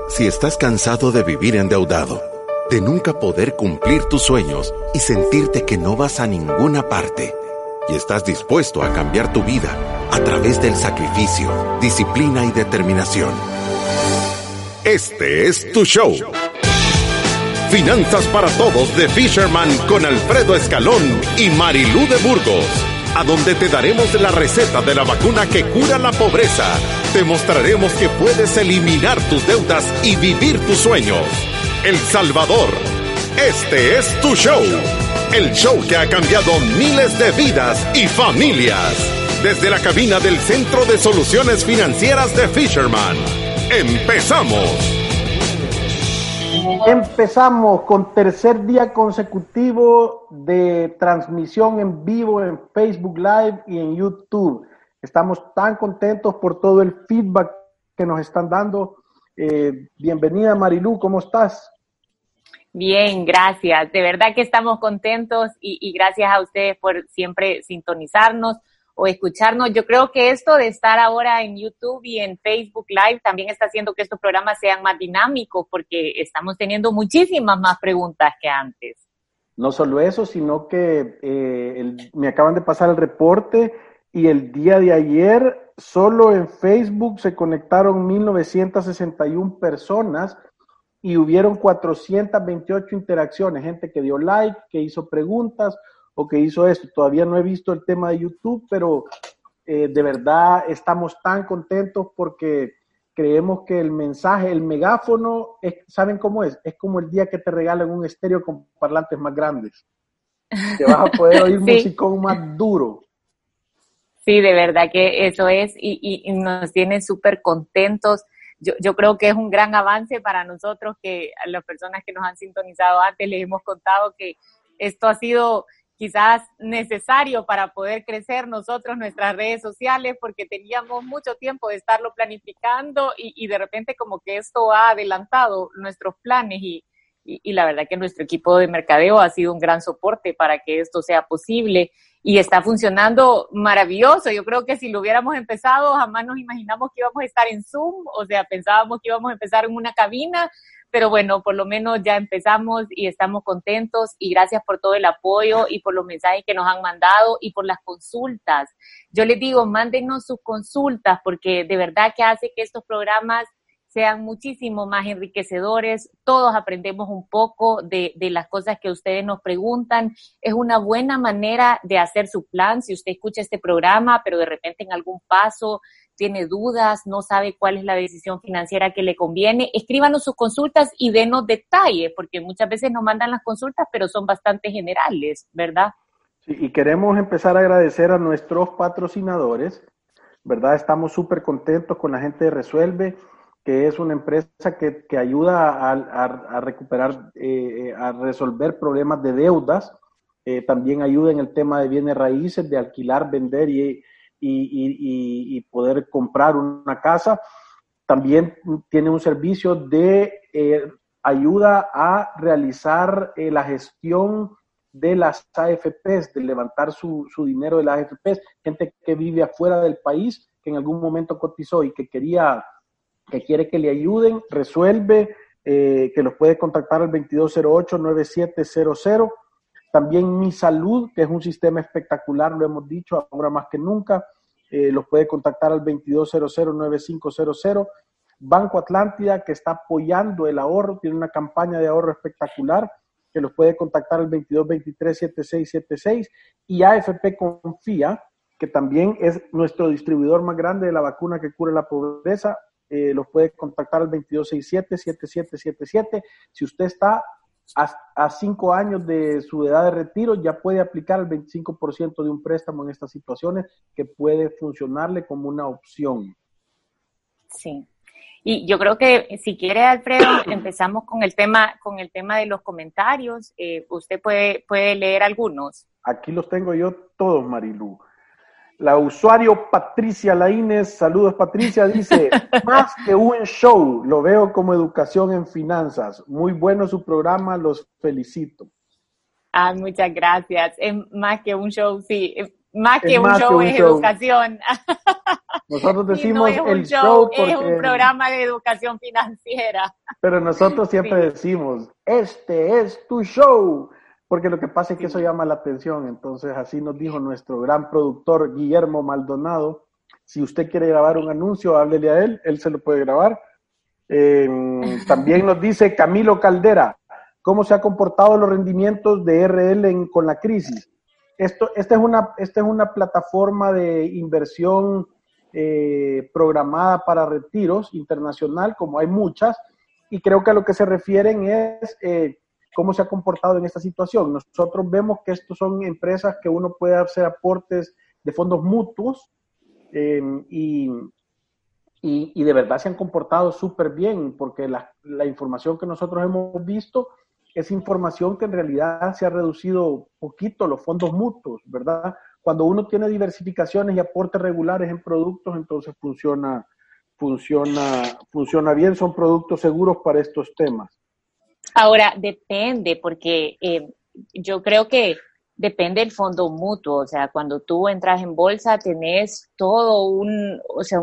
Si estás cansado de vivir endeudado, de nunca poder cumplir tus sueños y sentirte que no vas a ninguna parte, y estás dispuesto a cambiar tu vida a través del sacrificio, disciplina y determinación, este es tu show. Finanzas para Todos de Fisherman con Alfredo Escalón y Marilú de Burgos, a donde te daremos la receta de la vacuna que cura la pobreza. Te mostraremos que puedes eliminar tus deudas y vivir tus sueños. El Salvador, este es tu show. El show que ha cambiado miles de vidas y familias. Desde la cabina del Centro de Soluciones Financieras de Fisherman. ¡Empezamos! Empezamos con tercer día consecutivo de transmisión en vivo en Facebook Live y en YouTube. Estamos tan contentos por todo el feedback que nos están dando. Bienvenida, Marilú, ¿cómo estás? Bien, gracias. De verdad que estamos contentos y gracias a ustedes por siempre sintonizarnos o escucharnos. Yo creo que esto de estar ahora en YouTube y en Facebook Live también está haciendo que estos programas sean más dinámicos porque estamos teniendo muchísimas más preguntas que antes. No solo eso, sino que me acaban de pasar el reporte y el día de ayer solo en Facebook se conectaron 1,961 personas y hubieron 428 interacciones, gente que dio like, que hizo preguntas o que hizo esto. Todavía no he visto el tema de YouTube, pero de verdad estamos tan contentos porque creemos que el mensaje, el megáfono, ¿saben cómo es? Es como el día que te regalan un estéreo con parlantes más grandes. Te vas a poder oír sí. Musicón más duro. Sí, de verdad que eso es y nos tiene súper contentos. Yo creo que es un gran avance para nosotros que a las personas que nos han sintonizado antes les hemos contado que esto ha sido quizás necesario para poder crecer nosotros nuestras redes sociales porque teníamos mucho tiempo de estarlo planificando y de repente como que esto ha adelantado nuestros planes y la verdad que nuestro equipo de mercadeo ha sido un gran soporte para que esto sea posible y está funcionando maravilloso. Yo creo que si lo hubiéramos empezado jamás nos imaginamos que íbamos a estar en Zoom, o sea, pensábamos que íbamos a empezar en una cabina, pero bueno, por lo menos ya empezamos y estamos contentos y gracias por todo el apoyo y por los mensajes que nos han mandado y por las consultas. Yo les digo, mándenos sus consultas porque de verdad que hace que estos programas sean muchísimo más enriquecedores. Todos aprendemos un poco de las cosas que ustedes nos preguntan. Es una buena manera de hacer su plan. Si usted escucha este programa, pero de repente en algún paso tiene dudas, no sabe cuál es la decisión financiera que le conviene, escríbanos sus consultas y denos detalles, porque muchas veces nos mandan las consultas, pero son bastante generales, ¿verdad? Sí, y queremos empezar a agradecer a nuestros patrocinadores, ¿verdad? Estamos súper contentos con la gente de Resuelve, que es una empresa que ayuda a recuperar, a resolver problemas de deudas, también ayuda en el tema de bienes raíces, de alquilar, vender y poder comprar una casa. También tiene un servicio de ayuda a realizar la gestión de las AFPs, de levantar su dinero de las AFPs, gente que vive afuera del país, que en algún momento cotizó y que quiere que le ayuden. Resuelve, que los puede contactar al 2208-9700. También Mi Salud, que es un sistema espectacular, lo hemos dicho ahora más que nunca, los puede contactar al 2200-9500. Banco Atlántida, que está apoyando el ahorro, tiene una campaña de ahorro espectacular, que los puede contactar al 2223-7676. Y AFP Confía, que también es nuestro distribuidor más grande de la vacuna que cura la pobreza, los puede contactar al 2267-7777. Si usted está a 5 años de su edad de retiro, ya puede aplicar el 25% de un préstamo en estas situaciones que puede funcionarle como una opción. Sí. Y yo creo que si quiere, Alfredo, empezamos con el tema de los comentarios. Usted puede leer algunos. Aquí los tengo yo todos, Marilú. La usuario Patricia Laínez, saludos Patricia, dice, más que un show, lo veo como educación en finanzas. Muy bueno su programa, los felicito. Muchas gracias. Es más que un show, sí. Más que un show es educación. Nosotros Sí, no decimos es un el show, show es un porque, programa de educación financiera. pero nosotros siempre Sí, decimos, este es tu show, porque lo que pasa es que eso sí. llama la atención. Entonces, así nos dijo nuestro gran productor Guillermo Maldonado. Si usted quiere grabar un anuncio, háblele a él se lo puede grabar. También nos dice Camilo Caldera, ¿cómo se han comportado los rendimientos de RL con la crisis? Esta es una plataforma de inversión programada para retiros internacional, como hay muchas, y creo que a lo que se refieren es cómo se ha comportado en esta situación. Nosotros vemos que estos son empresas que uno puede hacer aportes de fondos mutuos y de verdad se han comportado súper bien, porque la información que nosotros hemos visto es información que en realidad se ha reducido poquito los fondos mutuos, ¿verdad? Cuando uno tiene diversificaciones y aportes regulares en productos, entonces funciona bien, son productos seguros para estos temas. Ahora, depende, porque yo creo que depende del fondo mutuo. O sea, cuando tú entras en bolsa, tenés todo un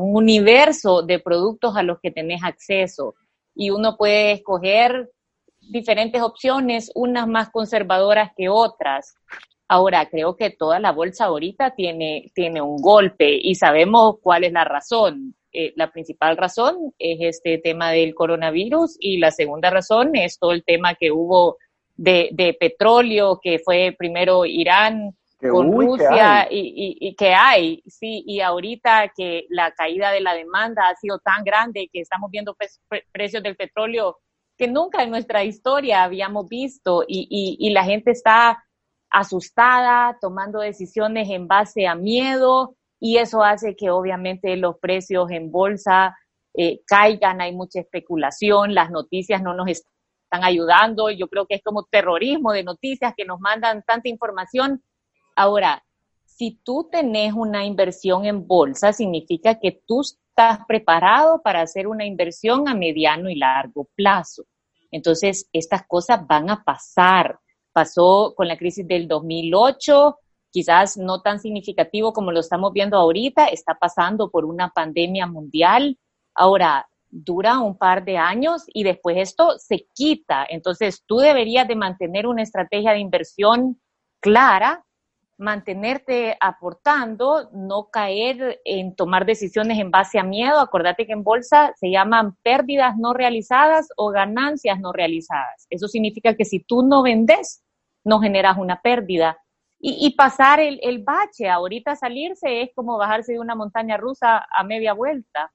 universo de productos a los que tenés acceso. Y uno puede escoger diferentes opciones, unas más conservadoras que otras. Ahora, creo que toda la bolsa ahorita tiene un golpe y sabemos cuál es la razón. La principal razón es este tema del coronavirus y la segunda razón es todo el tema que hubo de petróleo, que fue primero Irán con Rusia y que hay, sí, y ahorita que la caída de la demanda ha sido tan grande que estamos viendo precios del petróleo que nunca en nuestra historia habíamos visto y la gente está asustada, tomando decisiones en base a miedo y eso hace que obviamente los precios en bolsa caigan, hay mucha especulación, las noticias no nos están ayudando, yo creo que es como terrorismo de noticias que nos mandan tanta información. Ahora, si tú tenés una inversión en bolsa, significa que tú estás preparado para hacer una inversión a mediano y largo plazo. Entonces, estas cosas van a pasar. Pasó con la crisis del 2008, quizás no tan significativo como lo estamos viendo ahorita, está pasando por una pandemia mundial. Ahora, dura un par de años y después esto se quita. Entonces, tú deberías de mantener una estrategia de inversión clara, mantenerte aportando, no caer en tomar decisiones en base a miedo. Acordate que en bolsa se llaman pérdidas no realizadas o ganancias no realizadas. Eso significa que si tú no vendes, no generas una pérdida. Y pasar el bache, ahorita salirse es como bajarse de una montaña rusa a media vuelta.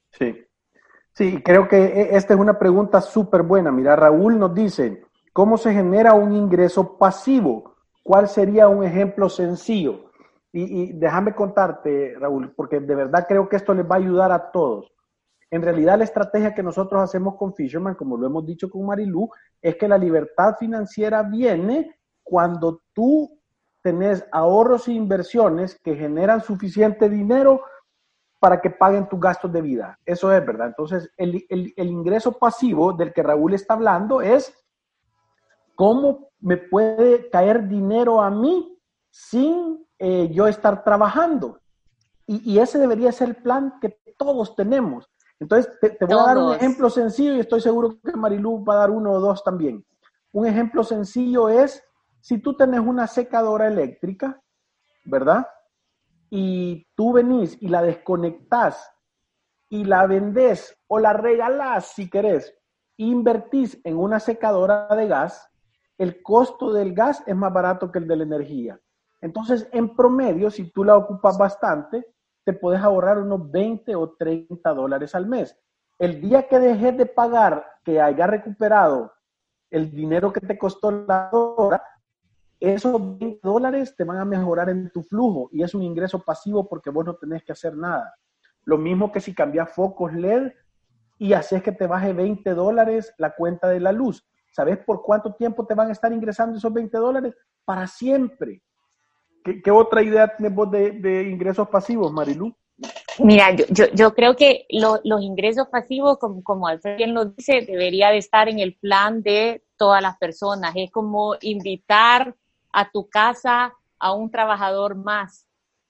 Sí, creo que esta es una pregunta súper buena. Mira, Raúl nos dice, ¿cómo se genera un ingreso pasivo? ¿Cuál sería un ejemplo sencillo? Y déjame contarte, Raúl, porque de verdad creo que esto les va a ayudar a todos. En realidad la estrategia que nosotros hacemos con Fisherman, como lo hemos dicho con Marilú, es que la libertad financiera viene cuando tú tenés ahorros e inversiones que generan suficiente dinero para que paguen tus gastos de vida. Eso es verdad. Entonces, el ingreso pasivo del que Raúl está hablando es cómo me puede caer dinero a mí sin yo estar trabajando. Y ese debería ser el plan que todos tenemos. Entonces, te voy a dar un ejemplo sencillo y estoy seguro que Marilú va a dar uno o dos también. Un ejemplo sencillo es, si tú tenés una secadora eléctrica, ¿verdad? Y tú venís y la desconectás y la vendés o la regalás si querés, invertís en una secadora de gas, el costo del gas es más barato que el de la energía. Entonces, en promedio, si tú la ocupas bastante, te puedes ahorrar unos 20 o 30 dólares al mes. El día que dejes de pagar, que hayas recuperado el dinero que te costó la hora, esos 20 dólares te van a mejorar en tu flujo y es un ingreso pasivo porque vos no tenés que hacer nada. Lo mismo que si cambias focos LED y haces que te baje 20 dólares la cuenta de la luz. ¿Sabes por cuánto tiempo te van a estar ingresando esos 20 dólares? Para siempre. ¿Qué otra idea tienes vos de ingresos pasivos, Marilú? Mira, yo creo que los ingresos pasivos, como Alfredo bien lo dice, debería de estar en el plan de todas las personas. Es como invitar a tu casa a un trabajador más.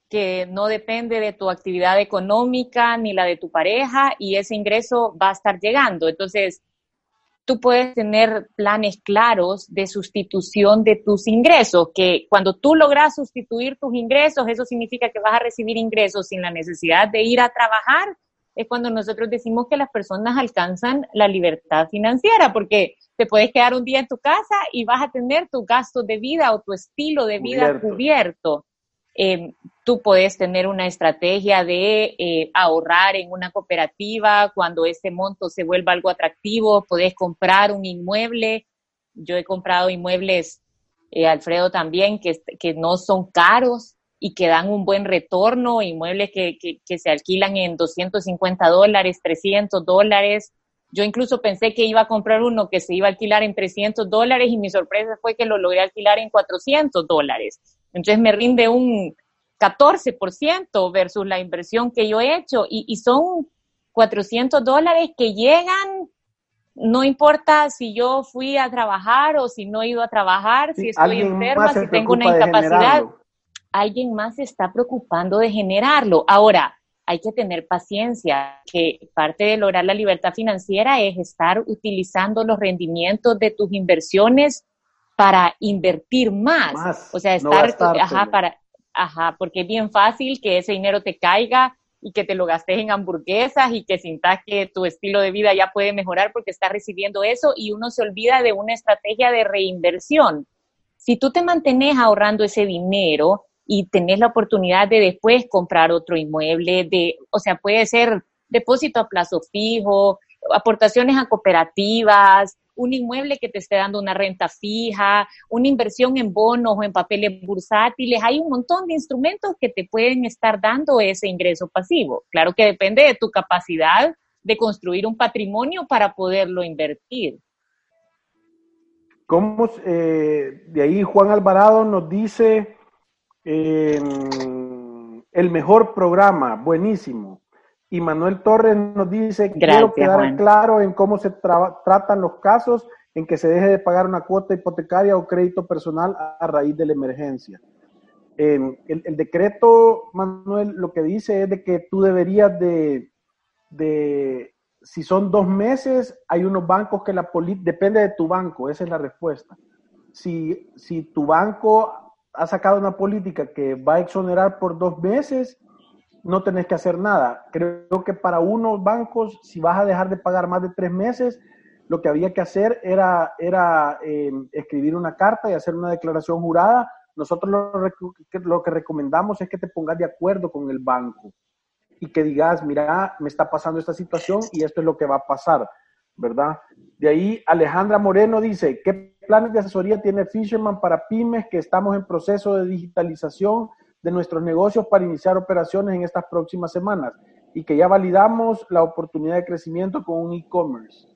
que no depende de tu actividad económica ni la de tu pareja y ese ingreso va a estar llegando. Entonces, tú puedes tener planes claros de sustitución de tus ingresos, que cuando tú logras sustituir tus ingresos, eso significa que vas a recibir ingresos sin la necesidad de ir a trabajar. Es cuando nosotros decimos que las personas alcanzan la libertad financiera, porque te puedes quedar un día en tu casa y vas a tener tu gasto de vida o tu estilo de vida cubierto. Tú puedes tener una estrategia de ahorrar en una cooperativa cuando ese monto se vuelva algo atractivo. Puedes comprar un inmueble. Yo he comprado inmuebles, Alfredo también, que no son caros y que dan un buen retorno, inmuebles que se alquilan en $250, $300. Yo incluso pensé que iba a comprar uno que se iba a alquilar en $300 y mi sorpresa fue que lo logré alquilar en $400. Entonces me rinde un 14% versus la inversión que yo he hecho y son $400 que llegan, no importa si yo fui a trabajar o si no he ido a trabajar, si estoy enferma, si tengo una incapacidad, alguien más se está preocupando de generarlo. Ahora, hay que tener paciencia, que parte de lograr la libertad financiera es estar utilizando los rendimientos de tus inversiones para invertir más. O sea, estar, porque es bien fácil que ese dinero te caiga y que te lo gastes en hamburguesas y que sintas que tu estilo de vida ya puede mejorar porque estás recibiendo eso y uno se olvida de una estrategia de reinversión. Si tú te mantienes ahorrando ese dinero y tenés la oportunidad de después comprar otro inmueble, o sea, puede ser depósito a plazo fijo, aportaciones a cooperativas, un inmueble que te esté dando una renta fija, una inversión en bonos o en papeles bursátiles. Hay un montón de instrumentos que te pueden estar dando ese ingreso pasivo. Claro que depende de tu capacidad de construir un patrimonio para poderlo invertir. De ahí Juan Alvarado nos dice, el mejor programa, buenísimo. Y Manuel Torres nos dice, quiero quedar Juan. Claro en cómo se tratan los casos en que se deje de pagar una cuota hipotecaria o crédito personal a raíz de la emergencia. El decreto, Manuel, lo que dice es de que tú deberías si son 2 meses, hay unos bancos que depende de tu banco, esa es la respuesta. Si tu banco ha sacado una política que va a exonerar por 2 meses, no tenés que hacer nada. Creo que para unos bancos, si vas a dejar de pagar más de 3 meses, lo que había que hacer era escribir una carta y hacer una declaración jurada. Nosotros lo que recomendamos es que te pongas de acuerdo con el banco y que digas, mira, me está pasando esta situación y esto es lo que va a pasar, ¿verdad? De ahí Alejandra Moreno dice, ¿qué planes de asesoría tiene Fisherman para pymes que estamos en proceso de digitalización de nuestros negocios para iniciar operaciones en estas próximas semanas y que ya validamos la oportunidad de crecimiento con un e-commerce?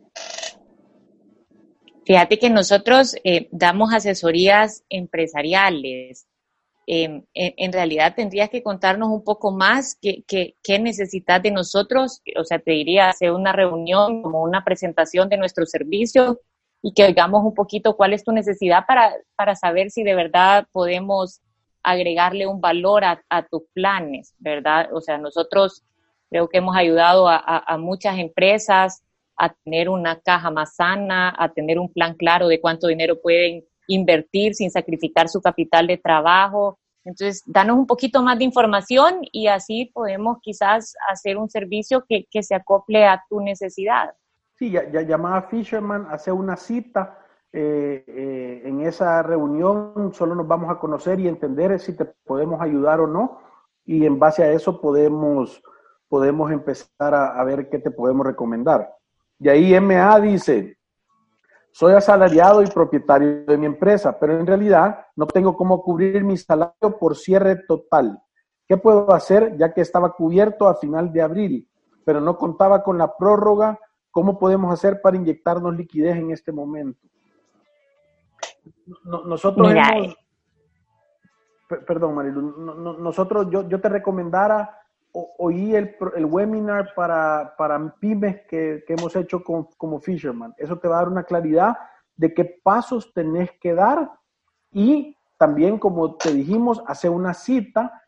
Fíjate que nosotros damos asesorías empresariales. En realidad tendrías que contarnos un poco más qué necesitas de nosotros. O sea, te diría hacer una reunión, como una presentación de nuestros servicios y que oigamos un poquito cuál es tu necesidad para saber si de verdad podemos agregarle un valor a tus planes, ¿verdad? O sea, nosotros creo que hemos ayudado a muchas empresas a tener una caja más sana, a tener un plan claro de cuánto dinero pueden invertir sin sacrificar su capital de trabajo. Entonces, danos un poquito más de información y así podemos quizás hacer un servicio que se acople a tu necesidad. Sí, ya llama a Fisherman, hace una cita. En esa reunión solo nos vamos a conocer y entender si te podemos ayudar o no, y en base a eso podemos empezar a ver qué te podemos recomendar. Y ahí MA dice, soy asalariado y propietario de mi empresa, pero en realidad no tengo cómo cubrir mi salario por cierre total. ¿Qué puedo hacer ya que estaba cubierto a final de abril, pero no contaba con la prórroga? ¿Cómo podemos hacer para inyectarnos liquidez en este momento? Nosotros perdón, Marilu, nosotros, yo te recomendara oí el webinar para pymes que hemos hecho como Fisherman. Eso te va a dar una claridad de qué pasos tenés que dar y también, como te dijimos, hacer una cita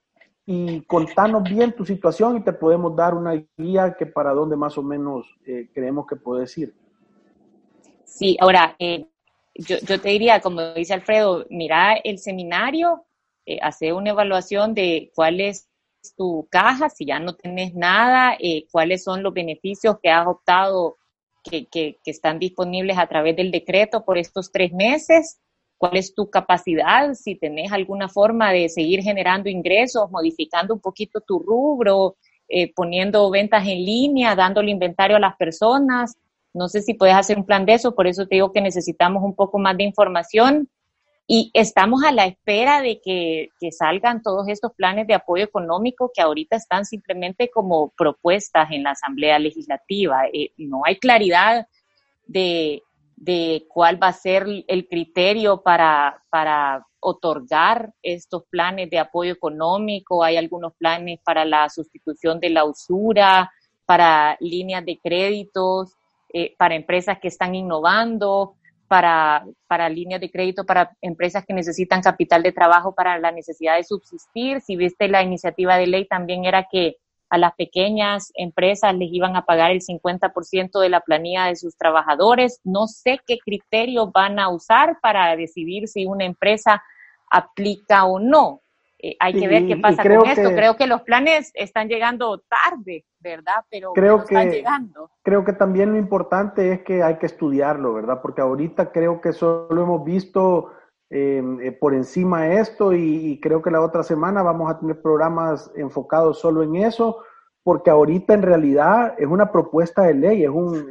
y contanos bien tu situación y te podemos dar una guía que para dónde más o menos creemos que puedes ir. Sí, ahora, yo te diría, como dice Alfredo, mira el seminario, hacer una evaluación de cuál es tu caja, si ya no tenés nada, cuáles son los beneficios que has optado que están disponibles a través del decreto por estos 3 meses, cuál es tu capacidad, si tenés alguna forma de seguir generando ingresos, modificando un poquito tu rubro, poniendo ventas en línea, dándole inventario a las personas. No sé si puedes hacer un plan de eso, por eso te digo que necesitamos un poco más de información y estamos a la espera de que salgan todos estos planes de apoyo económico que ahorita están simplemente como propuestas en la Asamblea Legislativa. No hay claridad de cuál va a ser el criterio para otorgar estos planes de apoyo económico. Hay algunos planes para la sustitución de la usura, para líneas de créditos, para empresas que están innovando, para líneas de crédito para empresas que necesitan capital de trabajo para la necesidad de subsistir. Si viste la iniciativa de ley, también era que a las pequeñas empresas les iban a pagar el 50% de la planilla de sus trabajadores. No sé qué criterios van a usar para decidir si una empresa aplica o no. Hay que ver qué pasa con esto. Creo que los planes están llegando tarde, ¿verdad? Pero están llegando. Creo que también lo importante es que hay que estudiarlo, ¿verdad? Porque ahorita creo que solo hemos visto por encima esto y creo que la otra semana vamos a tener programas enfocados solo en eso, porque ahorita en realidad es una propuesta de ley,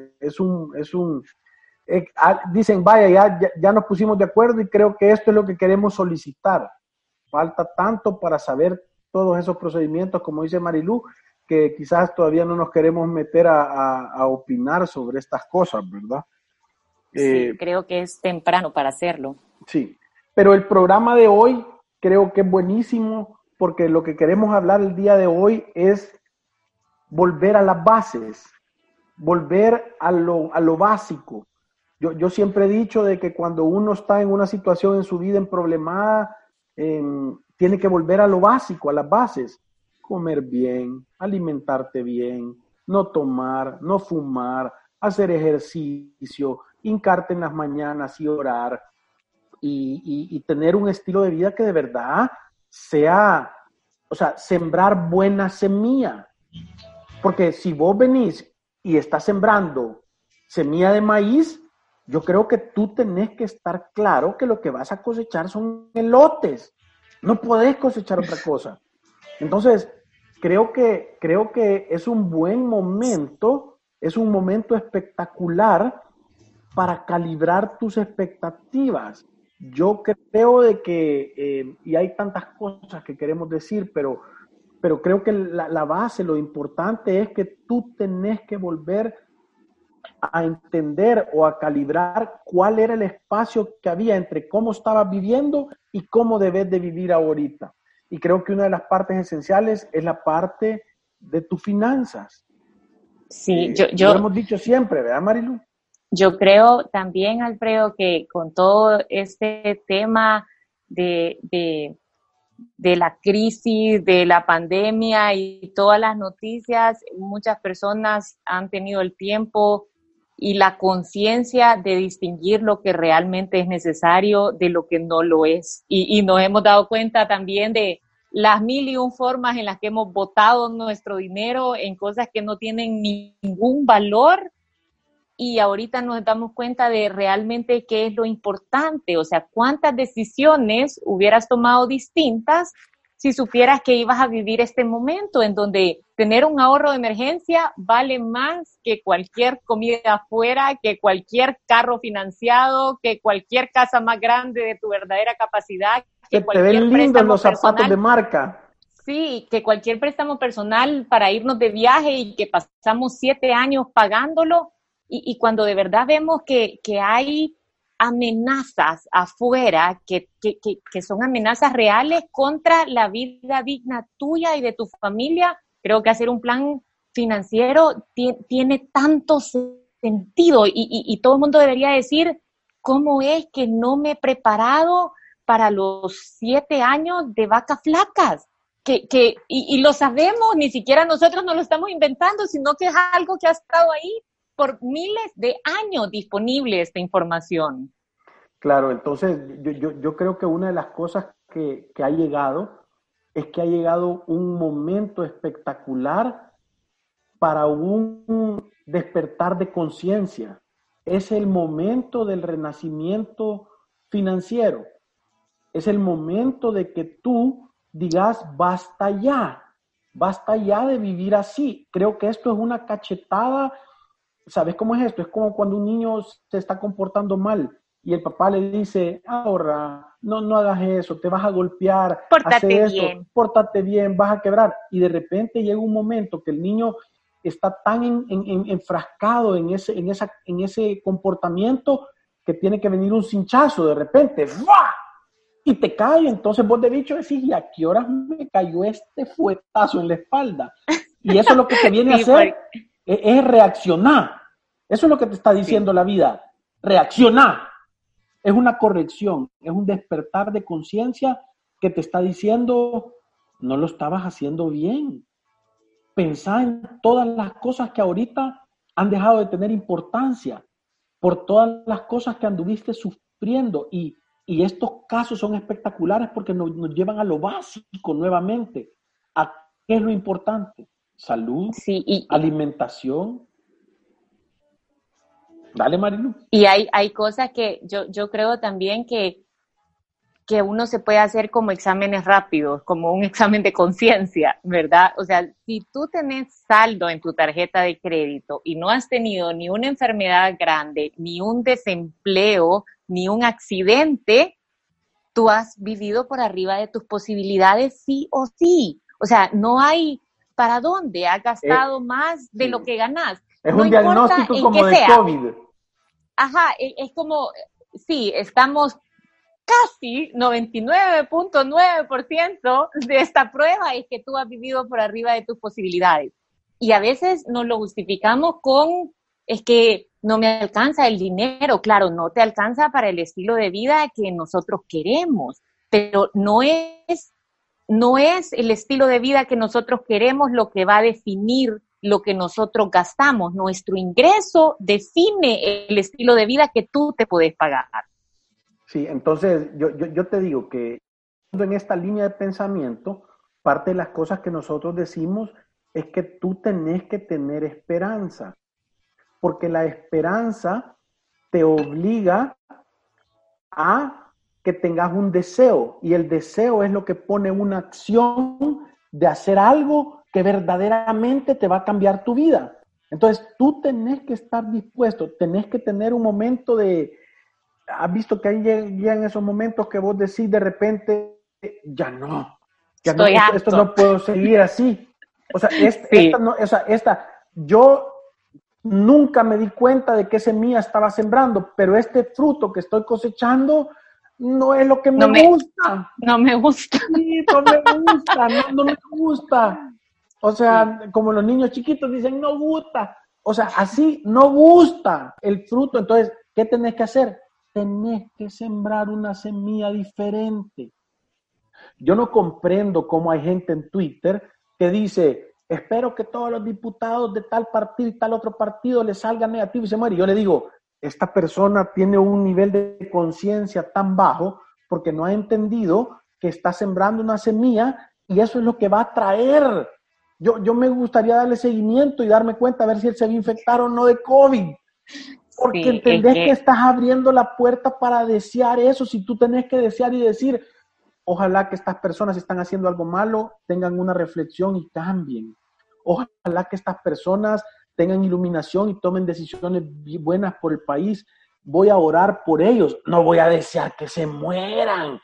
dicen, vaya, ya nos pusimos de acuerdo y creo que esto es lo que queremos solicitar. Falta tanto para saber todos esos procedimientos, como dice Marilú, que quizás todavía no nos queremos meter a opinar sobre estas cosas, ¿verdad? Sí, creo que es temprano para hacerlo. Sí, pero el programa de hoy creo que es buenísimo porque lo que queremos hablar el día de hoy es volver a las bases, volver a lo básico. Yo siempre he dicho de que cuando uno está en una situación en su vida problemada, tiene que volver a lo básico, a las bases. Comer bien, alimentarte bien, no tomar, no fumar, hacer ejercicio, hincarte en las mañanas y orar y tener un estilo de vida que de verdad sea, o sea, sembrar buena semilla. Porque si vos venís y estás sembrando semilla de maíz, yo creo que tú tenés que estar claro que lo que vas a cosechar son elotes. No podés cosechar otra cosa. Entonces, creo que es un buen momento, es un momento espectacular para calibrar tus expectativas. Yo creo de que, y hay tantas cosas que queremos decir, pero creo que la base, lo importante es que tú tenés que volver a entender o a calibrar cuál era el espacio que había entre cómo estabas viviendo y cómo debes de vivir ahorita. Y creo que una de las partes esenciales es la parte de tus finanzas. Sí, lo hemos dicho siempre, ¿verdad, Marilu? Yo creo también, Alfredo, que con todo este tema de la crisis, de la pandemia y todas las noticias, muchas personas han tenido el tiempo y la conciencia de distinguir lo que realmente es necesario de lo que no lo es. Y nos hemos dado cuenta también de las 1001 formas en las que hemos botado nuestro dinero en cosas que no tienen ningún valor. Y ahorita nos damos cuenta de realmente qué es lo importante, o sea, cuántas decisiones hubieras tomado distintas si supieras que ibas a vivir este momento en donde tener un ahorro de emergencia vale más que cualquier comida afuera, que cualquier carro financiado, que cualquier casa más grande de tu verdadera capacidad, que cualquier te ven lindos los zapatos personal, de marca. Sí, que cualquier préstamo personal para irnos de viaje y que pasamos 7 años pagándolo. Y cuando de verdad vemos que hay amenazas afuera, que son amenazas reales contra la vida digna tuya y de tu familia, creo que hacer un plan financiero tiene tanto sentido y todo el mundo debería decir, ¿cómo es que no me he preparado para los 7 años de vacas flacas? y lo sabemos, ni siquiera nosotros no lo estamos inventando, sino que es algo que ha estado ahí por miles de años disponible esta información. Claro, entonces yo creo que una de las cosas que ha llegado es que ha llegado un momento espectacular para un despertar de conciencia. Es el momento del renacimiento financiero. Es el momento de que tú digas, basta ya de vivir así. Creo que esto es una cachetada. ¿Sabes cómo es esto? Es como cuando un niño se está comportando mal y el papá le dice, ahora, no hagas eso, te vas a golpear, pórtate bien, vas a quebrar. Y de repente llega un momento que el niño está tan enfrascado en ese comportamiento que tiene que venir un cinchazo de repente, ¡buah! Y te cae. Entonces vos de bicho decís, ¿y a qué horas me cayó este fuetazo en la espalda? Y eso es lo que te viene a hacer, es reaccionar. Eso es lo que te está diciendo la vida, reaccionar. Es una corrección, es un despertar de conciencia que te está diciendo, no lo estabas haciendo bien. Pensá en todas las cosas que ahorita han dejado de tener importancia, por todas las cosas que anduviste sufriendo. Y estos casos son espectaculares porque nos llevan a lo básico nuevamente. ¿A qué es lo importante? Salud, alimentación. Dale, Marilu. Y hay cosas que yo creo también que uno se puede hacer como exámenes rápidos, como un examen de conciencia, ¿verdad? O sea, si tú tenés saldo en tu tarjeta de crédito y no has tenido ni una enfermedad grande, ni un desempleo, ni un accidente, tú has vivido por arriba de tus posibilidades sí o sí. O sea, no hay para dónde, has gastado más de lo que ganás. Es un diagnóstico como de COVID. Ajá, es como, sí, estamos casi 99.9% de esta prueba es que tú has vivido por arriba de tus posibilidades. Y a veces nos lo justificamos con, es que no me alcanza el dinero. Claro, no te alcanza para el estilo de vida que nosotros queremos, pero no es el estilo de vida que nosotros queremos lo que va a definir lo que nosotros gastamos. Nuestro ingreso define el estilo de vida que tú te puedes pagar. Sí, entonces yo te digo que en esta línea de pensamiento, parte de las cosas que nosotros decimos es que tú tenés que tener esperanza, porque la esperanza te obliga a que tengas un deseo, y el deseo es lo que pone una acción de hacer algo que verdaderamente te va a cambiar tu vida. Entonces, tú tenés que estar dispuesto, tenés que tener un momento de... ¿Has visto que hay llegan esos momentos que vos decís de repente, esto no puedo seguir así? O sea, yo nunca me di cuenta de qué semilla estaba sembrando, pero este fruto que estoy cosechando no es lo que me gusta. No me gusta. Sí, no me gusta. O sea, como los niños chiquitos dicen, no gusta. O sea, así no gusta el fruto. Entonces, ¿qué tenés que hacer? Tenés que sembrar una semilla diferente. Yo no comprendo cómo hay gente en Twitter que dice, espero que todos los diputados de tal partido y tal otro partido le salgan negativos y se muere. Yo le digo, esta persona tiene un nivel de conciencia tan bajo porque no ha entendido que está sembrando una semilla y eso es lo que va a traer. Yo me gustaría darle seguimiento y darme cuenta a ver si él se va a infectar o no de COVID. Porque entendés que estás abriendo la puerta para desear eso. Si tú tenés que desear y decir, ojalá que estas personas están haciendo algo malo, tengan una reflexión y cambien. Ojalá que estas personas tengan iluminación y tomen decisiones buenas por el país. Voy a orar por ellos. No voy a desear que se mueran.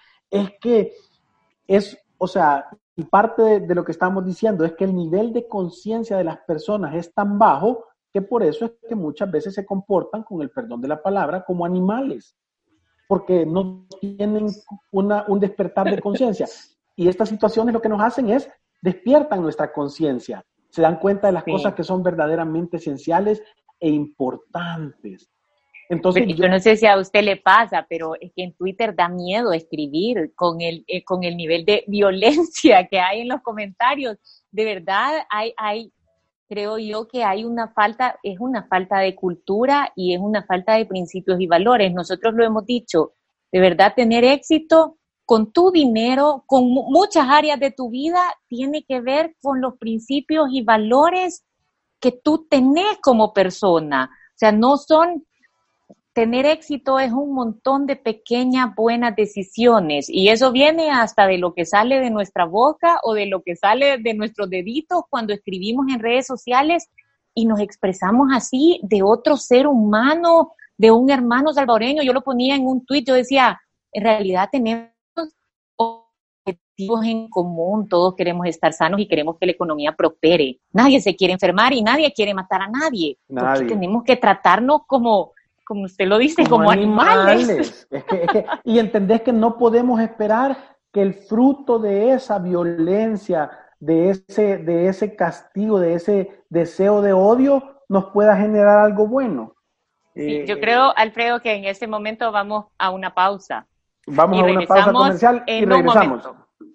Y parte de lo que estamos diciendo es que el nivel de conciencia de las personas es tan bajo que por eso es que muchas veces se comportan, con el perdón de la palabra, como animales, porque no tienen un despertar de conciencia. Y estas situaciones lo que nos hacen es despiertan nuestra conciencia, se dan cuenta de las cosas que son verdaderamente esenciales e importantes. Entonces, yo no sé si a usted le pasa, pero es que en Twitter da miedo escribir con el nivel de violencia que hay en los comentarios. De verdad, creo yo que hay es una falta de cultura y es una falta de principios y valores. Nosotros lo hemos dicho, de verdad tener éxito con tu dinero, con muchas áreas de tu vida, tiene que ver con los principios y valores que tú tenés como persona. O sea, tener éxito es un montón de pequeñas buenas decisiones y eso viene hasta de lo que sale de nuestra boca o de lo que sale de nuestros deditos cuando escribimos en redes sociales y nos expresamos así de otro ser humano, de un hermano salvadoreño. Yo lo ponía en un tuit, yo decía, en realidad tenemos objetivos en común, todos queremos estar sanos y queremos que la economía prospere. Nadie se quiere enfermar y nadie quiere matar a nadie. Porque tenemos que tratarnos como usted lo dice, como animales. Y entendés que no podemos esperar que el fruto de esa violencia, de ese castigo, de ese deseo de odio, nos pueda generar algo bueno. Sí, yo creo, Alfredo, que en este momento vamos a una pausa. Vamos a una pausa comercial y regresamos.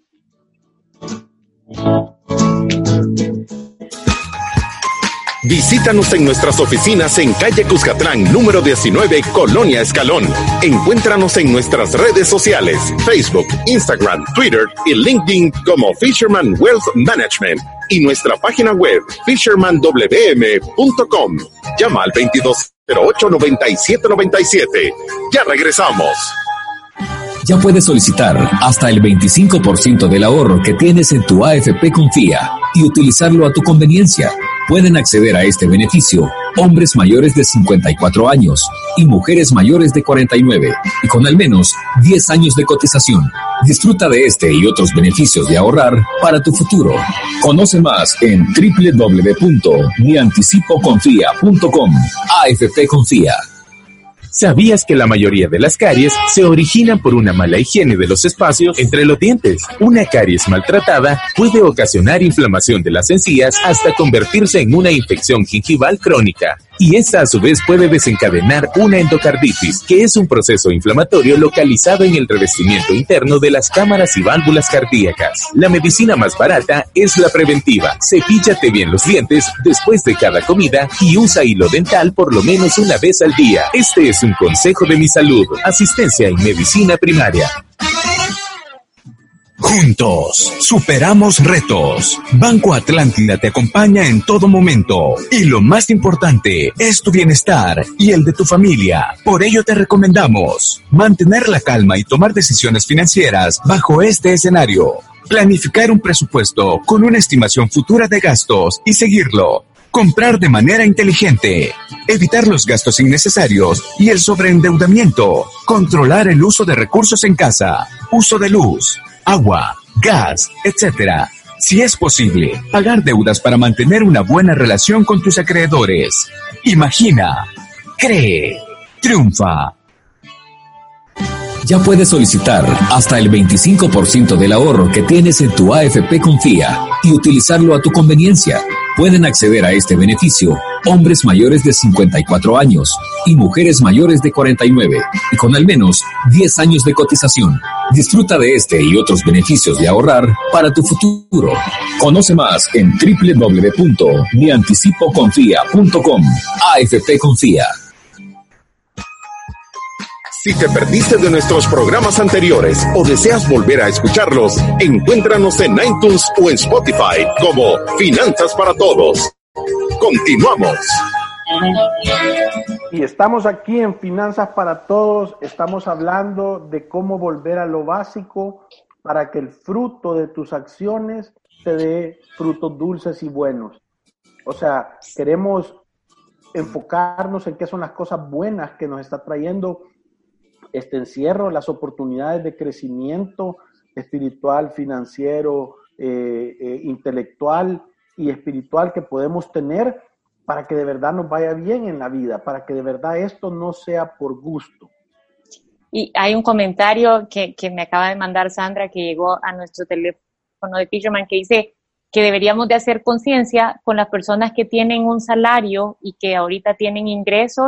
Visítanos en nuestras oficinas en calle Cuscatlán, número 19, Colonia Escalón. Encuéntranos en nuestras redes sociales, Facebook, Instagram, Twitter y LinkedIn como Fisherman Wealth Management y nuestra página web fishermanwm.com. Llama al 2208-9797. Ya regresamos. Ya puedes solicitar hasta el 25% del ahorro que tienes en tu AFP Confía y utilizarlo a tu conveniencia. Pueden acceder a este beneficio hombres mayores de 54 años y mujeres mayores de 49 y con al menos 10 años de cotización. Disfruta de este y otros beneficios de ahorrar para tu futuro. Conoce más en www.mianticipoconfia.com. AFP Confía. ¿Sabías que la mayoría de las caries se originan por una mala higiene de los espacios entre los dientes? Una caries maltratada puede ocasionar inflamación de las encías hasta convertirse en una infección gingival crónica. Y esta a su vez puede desencadenar una endocarditis, que es un proceso inflamatorio localizado en el revestimiento interno de las cámaras y válvulas cardíacas. La medicina más barata es la preventiva. Cepíllate bien los dientes después de cada comida y usa hilo dental por lo menos una vez al día. Este es un consejo de Mi Salud. Asistencia en medicina primaria. Juntos, superamos retos. Banco Atlántida te acompaña en todo momento. Y lo más importante es tu bienestar y el de tu familia. Por ello te recomendamos mantener la calma y tomar decisiones financieras bajo este escenario. Planificar un presupuesto con una estimación futura de gastos y seguirlo. Comprar de manera inteligente. Evitar los gastos innecesarios y el sobreendeudamiento. Controlar el uso de recursos en casa. Uso de luz, agua, gas, etc. Si es posible, pagar deudas para mantener una buena relación con tus acreedores. Imagina, cree, triunfa. Ya puedes solicitar hasta el 25% del ahorro que tienes en tu AFP Confía y utilizarlo a tu conveniencia. Pueden acceder a este beneficio hombres mayores de 54 años y mujeres mayores de 49 y con al menos 10 años de cotización. Disfruta de este y otros beneficios de ahorrar para tu futuro. Conoce más en www.mianticipoconfia.com. AFP Confía. Si te perdiste de nuestros programas anteriores o deseas volver a escucharlos, encuéntranos en iTunes o en Spotify como Finanzas para Todos. Continuamos. Y estamos aquí en Finanzas para Todos. Estamos hablando de cómo volver a lo básico para que el fruto de tus acciones te dé frutos dulces y buenos. O sea, queremos enfocarnos en qué son las cosas buenas que nos está trayendo este encierro, las oportunidades de crecimiento espiritual, financiero, intelectual y espiritual que podemos tener para que de verdad nos vaya bien en la vida, para que de verdad esto no sea por gusto. Y hay un comentario que me acaba de mandar Sandra, que llegó a nuestro teléfono de Fisherman, que dice que deberíamos de hacer conciencia con las personas que tienen un salario y que ahorita tienen ingresos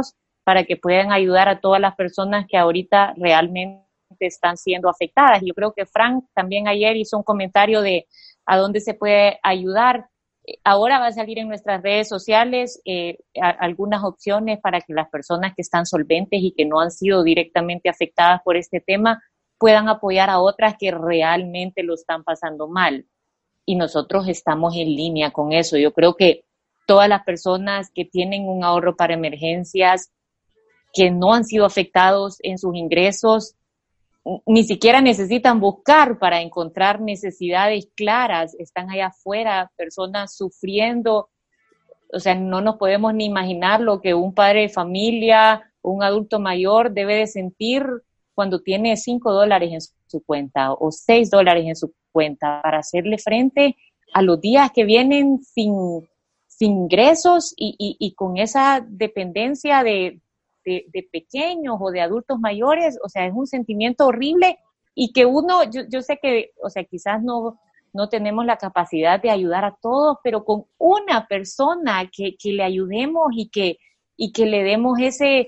para que puedan ayudar a todas las personas que ahorita realmente están siendo afectadas. Yo creo que Frank también ayer hizo un comentario de a dónde se puede ayudar. Ahora va a salir en nuestras redes sociales algunas opciones para que las personas que están solventes y que no han sido directamente afectadas por este tema puedan apoyar a otras que realmente lo están pasando mal. Y nosotros estamos en línea con eso. Yo creo que todas las personas que tienen un ahorro para emergencias, que no han sido afectados en sus ingresos, ni siquiera necesitan buscar para encontrar necesidades claras. Están allá afuera, personas sufriendo. O sea, no nos podemos ni imaginar lo que un padre de familia, un adulto mayor debe de sentir cuando tiene $5 en su cuenta o $6 en su cuenta para hacerle frente a los días que vienen sin ingresos y con esa dependencia de pequeños o de adultos mayores. O sea, es un sentimiento horrible y que uno, yo sé que, o sea, quizás no tenemos la capacidad de ayudar a todos, pero con una persona que le ayudemos y que le demos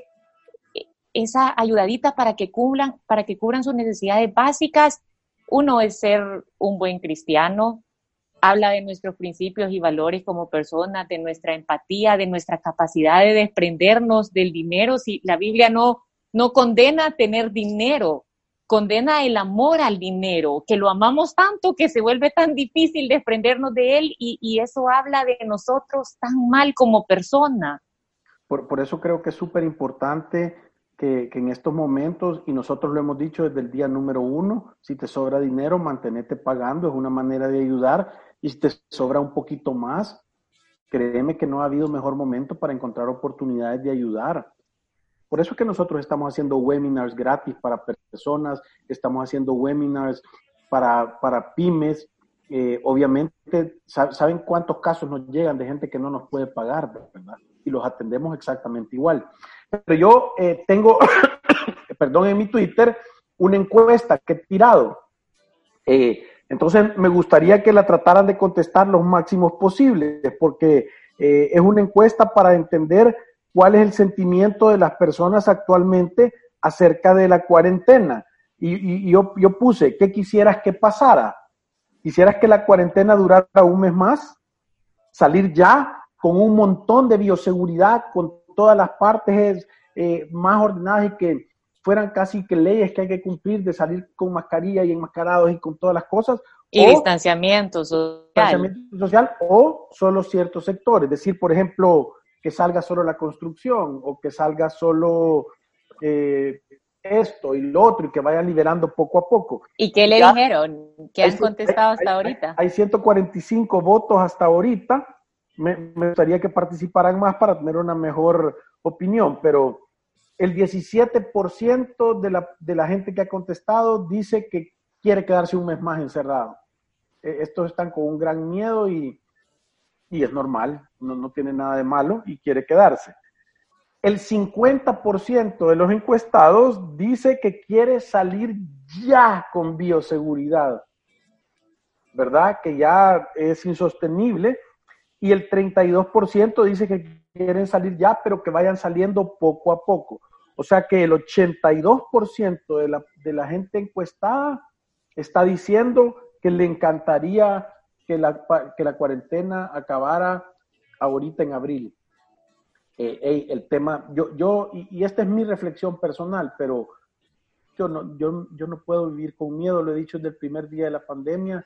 esa ayudadita para que cubran sus necesidades básicas. Uno es ser un buen cristiano, habla de nuestros principios y valores como personas, de nuestra empatía, de nuestra capacidad de desprendernos del dinero. Si la Biblia no condena tener dinero, condena el amor al dinero, que lo amamos tanto que se vuelve tan difícil desprendernos de él y eso habla de nosotros tan mal como persona. Por eso creo que es súper importante que en estos momentos, y nosotros lo hemos dicho desde el día número 1, si te sobra dinero, mantenete pagando, es una manera de ayudar, y si te sobra un poquito más, créeme que no ha habido mejor momento para encontrar oportunidades de ayudar. Por eso es que nosotros estamos haciendo webinars gratis para personas, estamos haciendo webinars para pymes. Obviamente, ¿saben cuántos casos nos llegan de gente que no nos puede pagar, verdad? Y los atendemos exactamente igual. Pero yo tengo, en mi Twitter, una encuesta que he tirado. Entonces, me gustaría que la trataran de contestar los máximos posibles, porque es una encuesta para entender cuál es el sentimiento de las personas actualmente acerca de la cuarentena. Y yo puse, ¿qué quisieras que pasara? ¿Quisieras que la cuarentena durara un mes más? ¿Salir ya con un montón de bioseguridad, con todas las partes más ordenadas y que fueran casi que leyes que hay que cumplir de salir con mascarilla y enmascarados y con todas las cosas? Y distanciamiento social. O solo ciertos sectores. Es decir, por ejemplo, que salga solo la construcción o que salga solo esto y lo otro y que vayan liberando poco a poco. ¿Y qué le dijeron? ¿Qué han contestado hasta ahorita? Hay 145 votos hasta ahorita. Me gustaría que participaran más para tener una mejor opinión, pero el 17% de la gente que ha contestado dice que quiere quedarse un mes más encerrado. Estos están con un gran miedo y es normal, no tiene nada de malo y quiere quedarse. El 50% de los encuestados dice que quiere salir ya con bioseguridad, ¿verdad? Que ya es insostenible. Y el 32% dice que quieren salir ya, pero que vayan saliendo poco a poco. O sea que el 82% de la gente encuestada está diciendo que le encantaría que la cuarentena acabara ahorita en abril. El tema, y esta es mi reflexión personal, pero yo no puedo vivir con miedo, lo he dicho desde el primer día de la pandemia.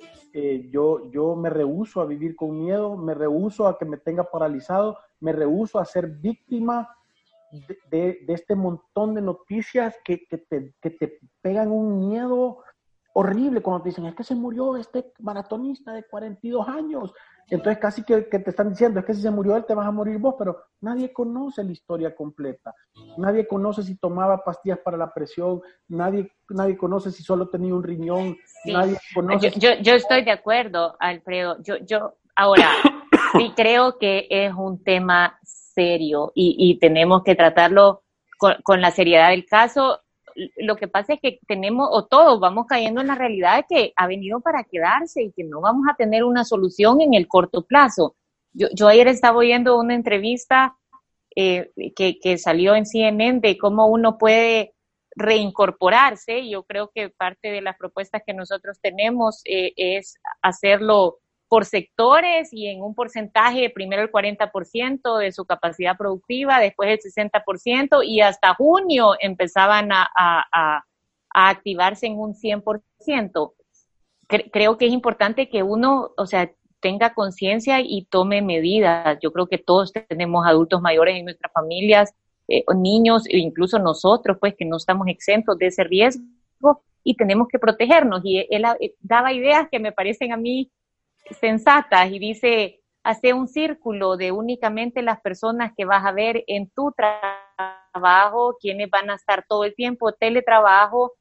Yo me rehúso a vivir con miedo, me rehúso a que me tenga paralizado, me rehúso a ser víctima de este montón de noticias que te pegan un miedo horrible cuando te dicen, es que se murió este maratonista de 42 años. Entonces casi que te están diciendo, es que si se murió él te vas a morir vos, pero nadie conoce la historia completa. Nadie conoce si tomaba pastillas para la presión, nadie conoce si solo tenía un riñón, sí. Nadie conoce. Yo estoy de acuerdo, Alfredo. Yo ahora sí creo que es un tema serio y tenemos que tratarlo con la seriedad del caso. Lo que pasa es que todos vamos cayendo en la realidad de que ha venido para quedarse y que no vamos a tener una solución en el corto plazo. Yo ayer estaba oyendo una entrevista que salió en CNN de cómo uno puede reincorporarse. Yo creo que parte de las propuestas que nosotros tenemos es hacerlo por sectores y en un porcentaje, primero el 40% de su capacidad productiva, después el 60% y hasta junio empezaban a activarse en un 100%. Creo que es importante que uno, o sea, tenga conciencia y tome medidas. Yo creo que todos tenemos adultos mayores en nuestras familias, niños e incluso nosotros, pues, que no estamos exentos de ese riesgo y tenemos que protegernos. Y él daba ideas que me parecen a mí sensatas y dice, hace un círculo de únicamente las personas que vas a ver en tu trabajo, quienes van a estar todo el tiempo, teletrabajo,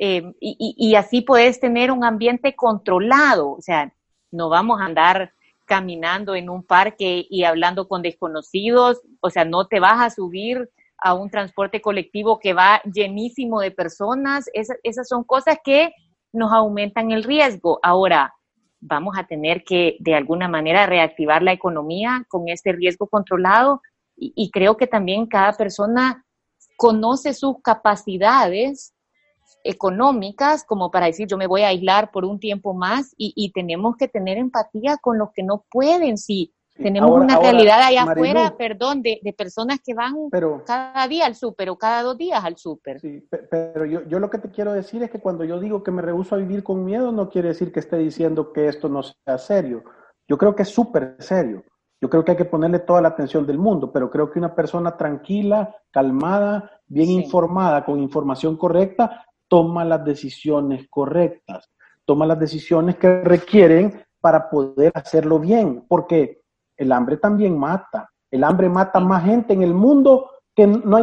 y así puedes tener un ambiente controlado. O sea, no vamos a andar caminando en un parque y hablando con desconocidos. O sea, no te vas a subir a un transporte colectivo que va llenísimo de personas. Esas son cosas que nos aumentan el riesgo. Ahora, vamos a tener que de alguna manera reactivar la economía con este riesgo controlado y creo que también cada persona conoce sus capacidades económicas como para decir yo me voy a aislar por un tiempo más y tenemos que tener empatía con los que no pueden. Si tenemos una realidad allá afuera, de personas que van cada día al súper o cada 2 días al súper. Sí, pero yo lo que te quiero decir es que cuando yo digo que me rehúso a vivir con miedo, no quiere decir que esté diciendo que esto no sea serio. Yo creo que es súper serio. Yo creo que hay que ponerle toda la atención del mundo, pero creo que una persona tranquila, calmada, bien informada, con información correcta, toma las decisiones correctas, toma las decisiones que requieren para poder hacerlo bien, porque el hambre también mata. El hambre mata más gente en el mundo que no hay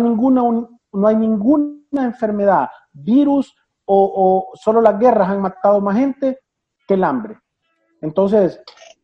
ninguna enfermedad, virus o solo las guerras han matado más gente que el hambre. Entonces,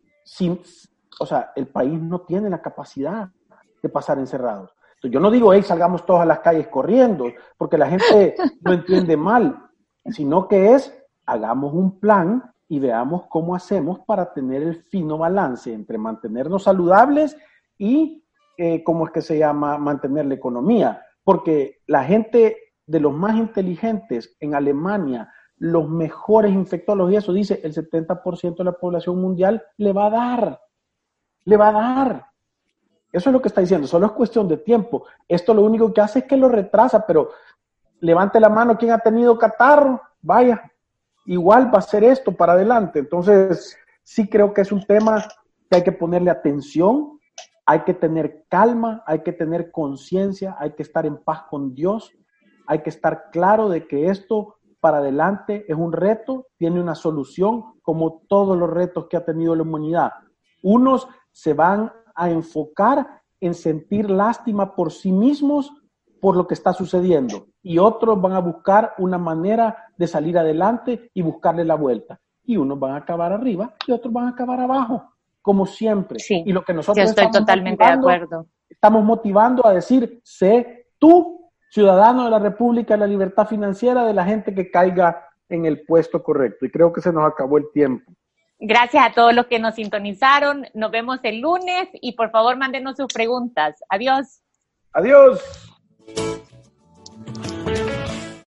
el país no tiene la capacidad de pasar encerrados. Entonces, yo no digo, salgamos todos a las calles corriendo, porque la gente lo entiende mal, sino que hagamos un plan y veamos cómo hacemos para tener el fino balance entre mantenernos saludables y, mantener la economía. Porque la gente de los más inteligentes en Alemania, los mejores infectólogos y eso, dice, el 70% de la población mundial le va a dar. Eso es lo que está diciendo, solo es cuestión de tiempo. Esto lo único que hace es que lo retrasa, pero levante la mano quien ha tenido catarro, vaya, igual va a ser esto para adelante. Entonces, sí creo que es un tema que hay que ponerle atención, hay que tener calma, hay que tener conciencia, hay que estar en paz con Dios, hay que estar claro de que esto para adelante es un reto, tiene una solución, como todos los retos que ha tenido la humanidad. Unos se van a enfocar en sentir lástima por sí mismos por lo que está sucediendo y otros van a buscar una manera de salir adelante y buscarle la vuelta. Y unos van a acabar arriba y otros van a acabar abajo, como siempre. Sí, y lo que nosotros yo estoy totalmente de acuerdo. Estamos motivando a decir, sé tú, ciudadano de la República de la Libertad Financiera, de la gente que caiga en el puesto correcto. Y creo que se nos acabó el tiempo. Gracias a todos los que nos sintonizaron. Nos vemos el lunes y por favor mándenos sus preguntas. Adiós. Adiós.